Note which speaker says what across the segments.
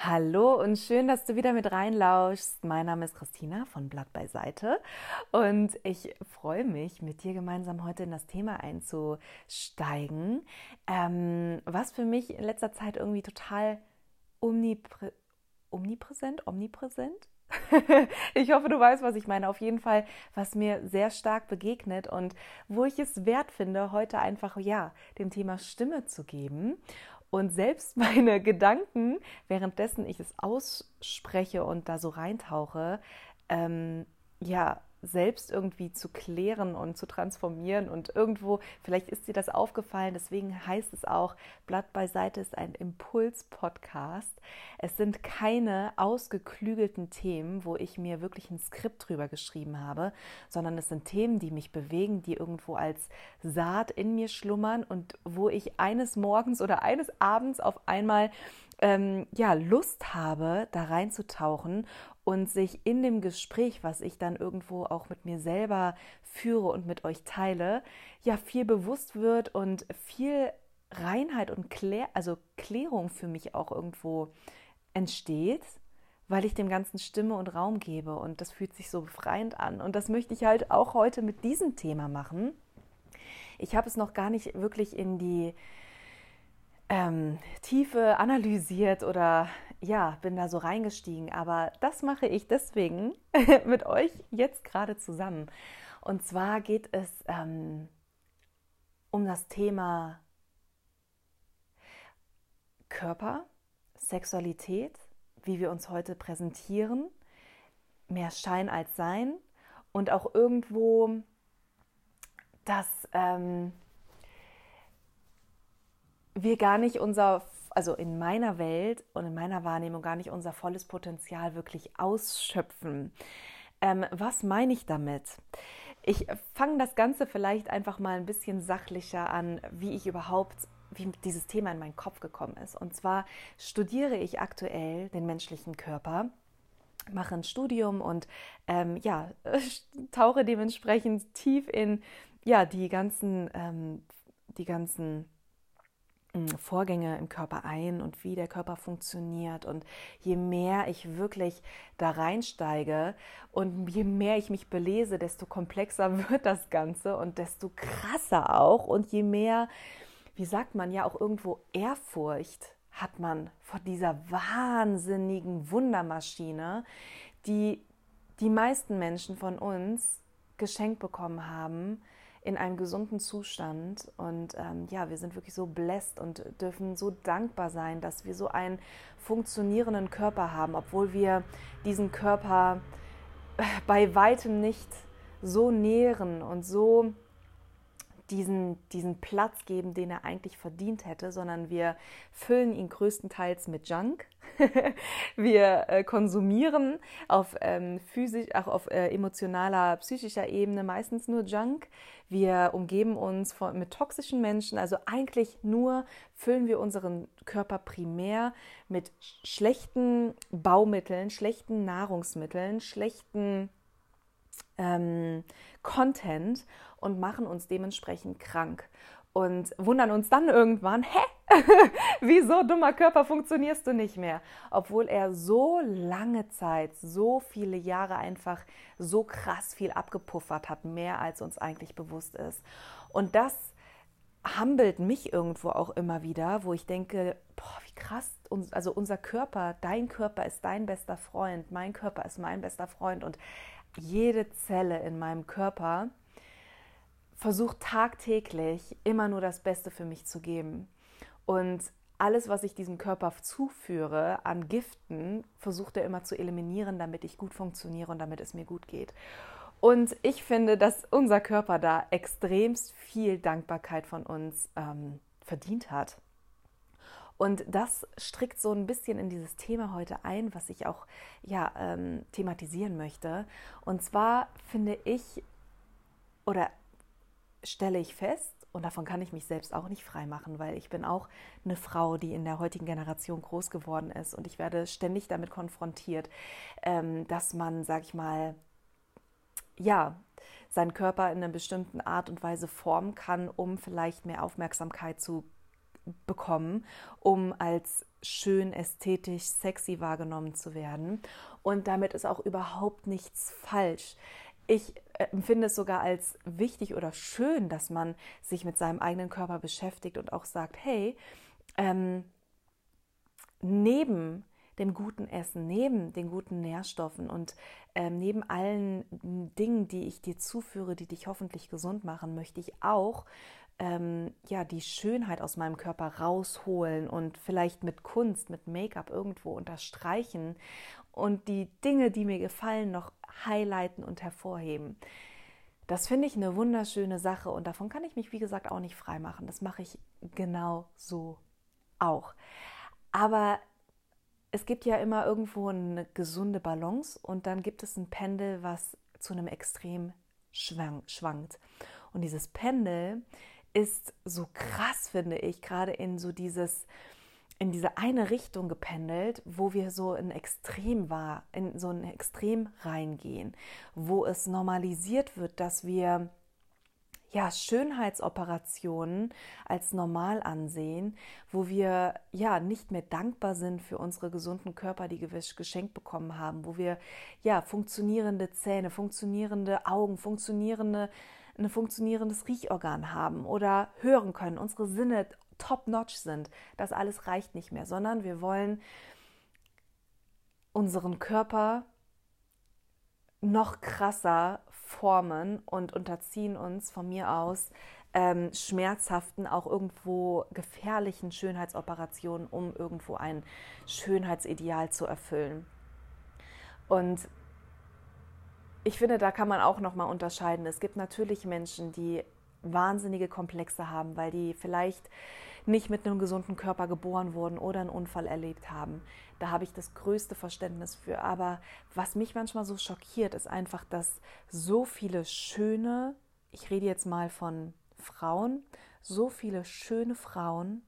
Speaker 1: Hallo und schön, dass du wieder mit reinlauschst. Mein Name ist Christina von Blatt beiseite und ich freue mich, mit dir gemeinsam heute in das Thema einzusteigen, was für mich in letzter Zeit irgendwie total omnipräsent? Ich hoffe, du weißt, was ich meine. Auf jeden Fall, was mir sehr stark begegnet und wo ich es wert finde, heute einfach, ja, dem Thema Stimme zu geben und selbst meine Gedanken, währenddessen ich es ausspreche und da so reintauche, ja, selbst irgendwie zu klären und zu transformieren. Und irgendwo, vielleicht ist dir das aufgefallen, deswegen heißt es auch, Blatt beiseite ist ein Impuls-Podcast. Es sind keine ausgeklügelten Themen, wo ich mir wirklich ein Skript drüber geschrieben habe, sondern es sind Themen, die mich bewegen, die irgendwo als Saat in mir schlummern und wo ich eines Morgens oder eines Abends auf einmal ja, Lust habe, da reinzutauchen und sich in dem Gespräch, was ich dann irgendwo auch mit mir selber führe und mit euch teile, ja, viel bewusst wird und viel Reinheit und Klärung für mich auch irgendwo entsteht, weil ich dem Ganzen Stimme und Raum gebe und das fühlt sich so befreiend an. Und das möchte ich halt auch heute mit diesem Thema machen. Ich habe es noch gar nicht wirklich in die Tiefe analysiert oder ja, bin da so reingestiegen. Aber das mache ich deswegen mit euch jetzt gerade zusammen. Und zwar geht es um das Thema Körper, Sexualität, wie wir uns heute präsentieren, mehr Schein als Sein und auch irgendwo dass wir gar nicht also in meiner Welt und in meiner Wahrnehmung gar nicht unser volles Potenzial wirklich ausschöpfen. Was meine ich damit? Ich fange das Ganze vielleicht einfach mal ein bisschen sachlicher an, wie dieses Thema in meinen Kopf gekommen ist. Und zwar studiere ich aktuell den menschlichen Körper, mache ein Studium und ja, tauche dementsprechend tief in ja, die ganzen Vorgänge im Körper ein und wie der Körper funktioniert. Und je mehr ich wirklich da reinsteige und je mehr ich mich belese, desto komplexer wird das Ganze und desto krasser auch. Und je mehr, wie sagt man ja auch irgendwo, Ehrfurcht hat man vor dieser wahnsinnigen Wundermaschine, die die meisten Menschen von uns geschenkt bekommen haben, in einem gesunden Zustand. Und ja, wir sind wirklich so blessed und dürfen so dankbar sein, dass wir so einen funktionierenden Körper haben, obwohl wir diesen Körper bei weitem nicht so nähren und so diesen Platz geben, den er eigentlich verdient hätte, sondern wir füllen ihn größtenteils mit Junk. Wir konsumieren auf auch auf emotionaler, psychischer Ebene meistens nur Junk. Wir umgeben uns mit toxischen Menschen. Also eigentlich nur füllen wir unseren Körper primär mit schlechten Baumitteln, schlechten Nahrungsmitteln, schlechten Content und machen uns dementsprechend krank und wundern uns dann irgendwann, wieso, dummer Körper, funktionierst du nicht mehr? Obwohl er so lange Zeit, so viele Jahre einfach so krass viel abgepuffert hat, mehr als uns eigentlich bewusst ist. Und das humbelt mich irgendwo auch immer wieder, wo ich denke, boah, wie krass, also unser Körper, dein Körper ist dein bester Freund, mein Körper ist mein bester Freund und jede Zelle in meinem Körper versucht tagtäglich immer nur das Beste für mich zu geben. Und alles, was ich diesem Körper zuführe an Giften, versucht er immer zu eliminieren, damit ich gut funktioniere und damit es mir gut geht. Und ich finde, dass unser Körper da extremst viel Dankbarkeit von uns verdient hat. Und das strickt so ein bisschen in dieses Thema heute ein, was ich auch ja, thematisieren möchte. Und zwar finde ich oder stelle ich fest, und davon kann ich mich selbst auch nicht freimachen, weil ich bin auch eine Frau, die in der heutigen Generation groß geworden ist und ich werde ständig damit konfrontiert, dass man, sag ich mal, ja, seinen Körper in einer bestimmten Art und Weise formen kann, um vielleicht mehr Aufmerksamkeit zu bekommen, um als schön, ästhetisch, sexy wahrgenommen zu werden. Und damit ist auch überhaupt nichts falsch. Ich empfinde es sogar als wichtig oder schön, dass man sich mit seinem eigenen Körper beschäftigt und auch sagt, hey, neben dem guten Essen, neben den guten Nährstoffen und neben allen Dingen, die ich dir zuführe, die dich hoffentlich gesund machen, möchte ich auch die Schönheit aus meinem Körper rausholen und vielleicht mit Kunst, mit Make-up irgendwo unterstreichen und die Dinge, die mir gefallen, noch highlighten und hervorheben. Das finde ich eine wunderschöne Sache und davon kann ich mich, wie gesagt, auch nicht frei machen. Das mache ich genau so auch. Aber es gibt ja immer irgendwo eine gesunde Balance und dann gibt es ein Pendel, was zu einem Extrem schwankt. Und dieses Pendel ist so krass, finde ich, gerade in in diese eine Richtung gependelt, wo wir so in so ein Extrem reingehen, wo es normalisiert wird, dass wir Schönheitsoperationen als normal ansehen, wo wir nicht mehr dankbar sind für unsere gesunden Körper, die wir geschenkt bekommen haben, wo wir funktionierende Zähne, funktionierende Augen, ein funktionierendes Riechorgan haben oder hören können, unsere Sinne top-notch sind. Das alles reicht nicht mehr, sondern wir wollen unseren Körper noch krasser formen und unterziehen uns von mir aus schmerzhaften, auch irgendwo gefährlichen Schönheitsoperationen, um irgendwo ein Schönheitsideal zu erfüllen. Und ich finde, da kann man auch nochmal unterscheiden. Es gibt natürlich Menschen, die wahnsinnige Komplexe haben, weil die vielleicht nicht mit einem gesunden Körper geboren wurden oder einen Unfall erlebt haben. Da habe ich das größte Verständnis für. Aber was mich manchmal so schockiert, ist einfach, dass so viele schöne, ich rede jetzt mal von Frauen, so viele schöne Frauen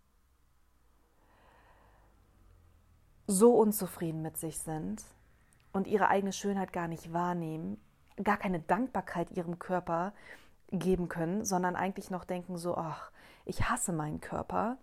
Speaker 1: so unzufrieden mit sich sind und ihre eigene Schönheit gar nicht wahrnehmen, gar keine Dankbarkeit ihrem Körper geben können, sondern eigentlich noch denken so, ach, ich hasse meinen Körper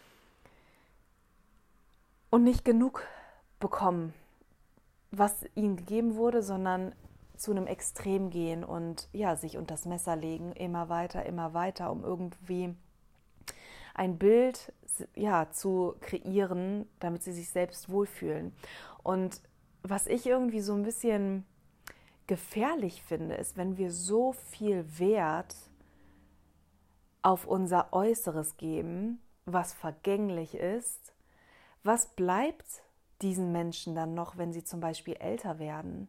Speaker 1: und nicht genug bekommen, was ihnen gegeben wurde, sondern zu einem Extrem gehen und sich unter das Messer legen, immer weiter, um irgendwie ein Bild zu kreieren, damit sie sich selbst wohlfühlen. Und was ich irgendwie so ein bisschen gefährlich finde, ist, wenn wir so viel Wert auf unser Äußeres geben, was vergänglich ist, was bleibt diesen Menschen dann noch, wenn sie zum Beispiel älter werden?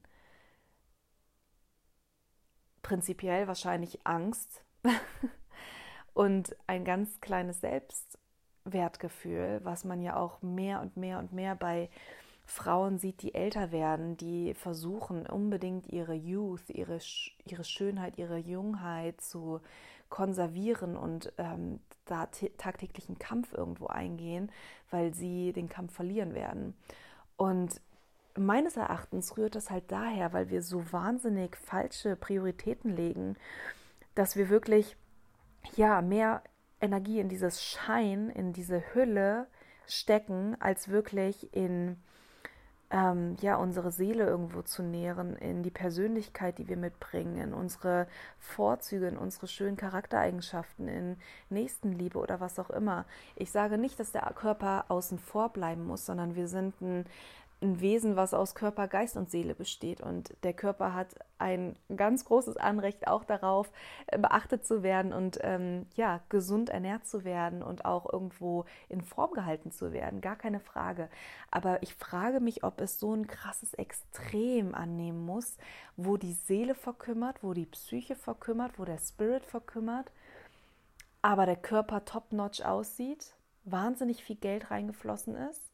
Speaker 1: Prinzipiell wahrscheinlich Angst und ein ganz kleines Selbstwertgefühl, was man ja auch mehr und mehr bei Frauen sieht, die älter werden, die versuchen unbedingt ihre Youth, ihre Schönheit, ihre Jungheit zu konservieren und da tagtäglichen Kampf irgendwo eingehen, weil sie den Kampf verlieren werden. Und meines Erachtens rührt das halt daher, weil wir so wahnsinnig falsche Prioritäten legen, dass wir wirklich mehr Energie in dieses Schein, in diese Hülle stecken, als wirklich in unsere Seele irgendwo zu nähren, in die Persönlichkeit, die wir mitbringen, in unsere Vorzüge, in unsere schönen Charaktereigenschaften, in Nächstenliebe oder was auch immer. Ich sage nicht, dass der Körper außen vor bleiben muss, sondern wir sind ein Wesen, was aus Körper, Geist und Seele besteht. Und der Körper hat ein ganz großes Anrecht auch darauf, beachtet zu werden und gesund ernährt zu werden und auch irgendwo in Form gehalten zu werden. Gar keine Frage. Aber ich frage mich, ob es so ein krasses Extrem annehmen muss, wo die Seele verkümmert, wo die Psyche verkümmert, wo der Spirit verkümmert, aber der Körper top-notch aussieht, wahnsinnig viel Geld reingeflossen ist,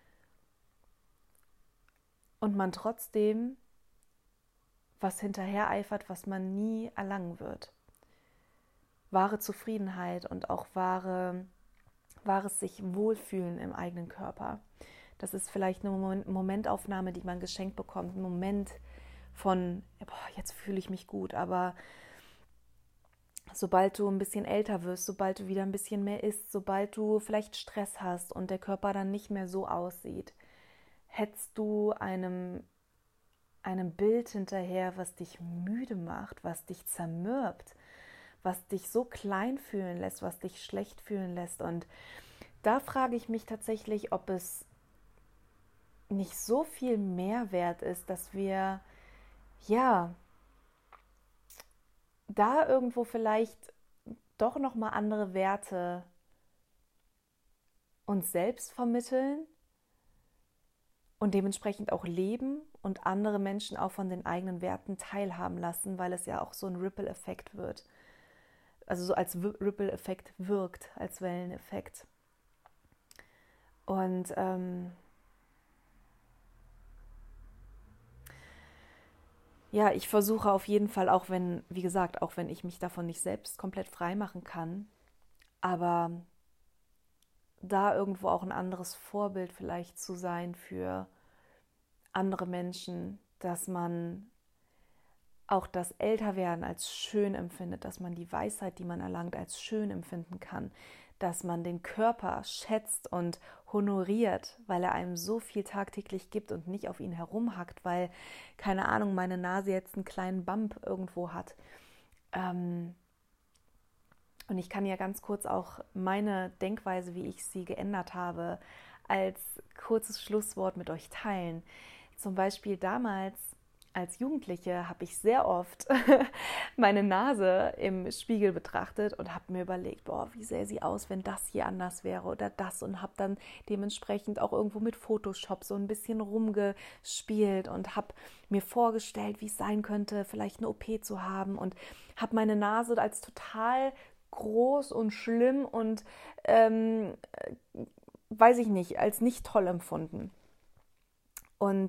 Speaker 1: und man trotzdem was hinterher eifert, was man nie erlangen wird. Wahre Zufriedenheit und auch wahres sich wohlfühlen im eigenen Körper. Das ist vielleicht eine Momentaufnahme, die man geschenkt bekommt. Ein Moment von, jetzt fühle ich mich gut. Aber sobald du ein bisschen älter wirst, sobald du wieder ein bisschen mehr isst, sobald du vielleicht Stress hast und der Körper dann nicht mehr so aussieht, hetzt du einem Bild hinterher, was dich müde macht, was dich zermürbt, was dich so klein fühlen lässt, was dich schlecht fühlen lässt. Und da frage ich mich tatsächlich, ob es nicht so viel Mehrwert ist, dass wir ja da irgendwo vielleicht doch nochmal andere Werte uns selbst vermitteln und dementsprechend auch leben und andere Menschen auch von den eigenen Werten teilhaben lassen, weil es ja auch so ein Ripple-Effekt wird. Also so als Ripple-Effekt wirkt, als Welleneffekt. Und ja, ich versuche auf jeden Fall, auch wenn, wie gesagt, auch wenn ich mich davon nicht selbst komplett frei machen kann, aber da irgendwo auch ein anderes Vorbild vielleicht zu sein für andere Menschen, dass man auch das Älterwerden als schön empfindet, dass man die Weisheit, die man erlangt, als schön empfinden kann, dass man den Körper schätzt und honoriert, weil er einem so viel tagtäglich gibt und nicht auf ihn herumhackt, weil, keine Ahnung, meine Nase jetzt einen kleinen Bump irgendwo hat. Und ich kann ja ganz kurz auch meine Denkweise, wie ich sie geändert habe, als kurzes Schlusswort mit euch teilen. Zum Beispiel damals als Jugendliche habe ich sehr oft meine Nase im Spiegel betrachtet und habe mir überlegt, boah, wie sähe sie aus, wenn das hier anders wäre oder das, und habe dann dementsprechend auch irgendwo mit Photoshop so ein bisschen rumgespielt und habe mir vorgestellt, wie es sein könnte, vielleicht eine OP zu haben, und habe meine Nase als total groß und schlimm und weiß ich nicht, als nicht toll empfunden. Und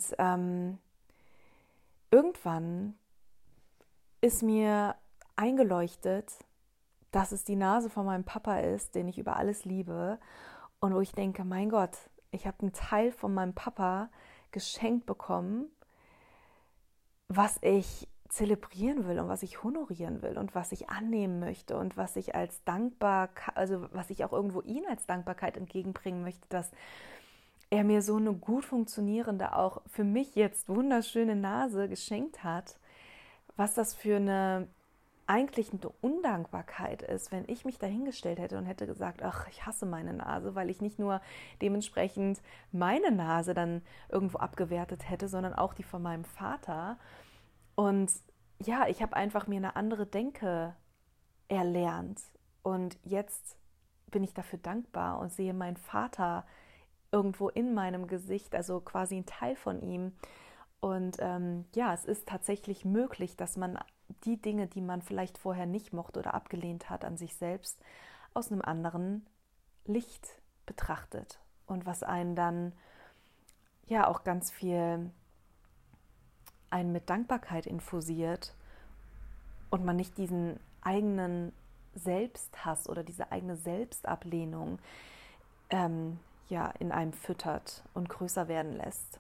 Speaker 1: irgendwann ist mir eingeleuchtet, dass es die Nase von meinem Papa ist, den ich über alles liebe, und wo ich denke, mein Gott, ich habe einen Teil von meinem Papa geschenkt bekommen, was ich zelebrieren will und was ich honorieren will und was ich annehmen möchte und was ich als Dankbarkeit, also was ich auch irgendwo ihn als Dankbarkeit entgegenbringen möchte, dass er mir so eine gut funktionierende, auch für mich jetzt wunderschöne Nase geschenkt hat, was das für eine eigentlich eine Undankbarkeit ist, wenn ich mich dahingestellt hätte und hätte gesagt, ach, ich hasse meine Nase, weil ich nicht nur dementsprechend meine Nase dann irgendwo abgewertet hätte, sondern auch die von meinem Vater. Und ja, ich habe einfach mir eine andere Denke erlernt. Und jetzt bin ich dafür dankbar und sehe meinen Vater irgendwo in meinem Gesicht, also quasi ein Teil von ihm. Und ja, es ist tatsächlich möglich, dass man die Dinge, die man vielleicht vorher nicht mochte oder abgelehnt hat an sich selbst, aus einem anderen Licht betrachtet. Und was einen dann ja auch ganz viel einen mit Dankbarkeit infusiert und man nicht diesen eigenen Selbsthass oder diese eigene Selbstablehnung ja, in einem füttert und größer werden lässt.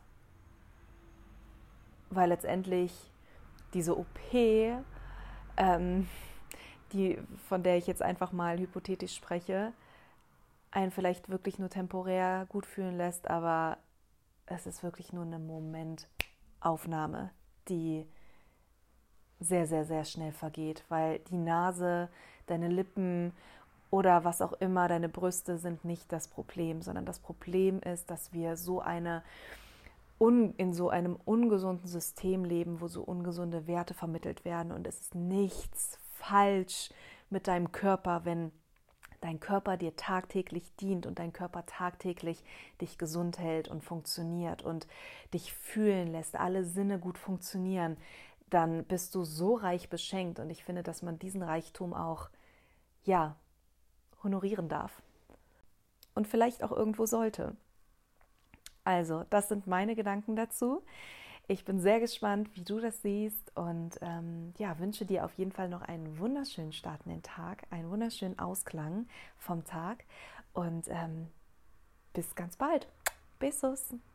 Speaker 1: Weil letztendlich diese OP, die, von der ich jetzt einfach mal hypothetisch spreche, einen vielleicht wirklich nur temporär gut fühlen lässt, aber es ist wirklich nur eine Momentaufnahme, die sehr, sehr, sehr schnell vergeht, weil die Nase, deine Lippen oder was auch immer, deine Brüste sind nicht das Problem, sondern das Problem ist, dass wir in so einem ungesunden System leben, wo so ungesunde Werte vermittelt werden, und es ist nichts falsch mit deinem Körper, wenn dein Körper dir tagtäglich dient und dein Körper tagtäglich dich gesund hält und funktioniert und dich fühlen lässt, alle Sinne gut funktionieren, dann bist du so reich beschenkt, und ich finde, dass man diesen Reichtum auch, ja, honorieren darf und vielleicht auch irgendwo sollte. Also, das sind meine Gedanken dazu. Ich bin sehr gespannt, wie du das siehst, und ja, wünsche dir auf jeden Fall noch einen wunderschönen Start in den Tag, einen wunderschönen Ausklang vom Tag, und bis ganz bald. Besos!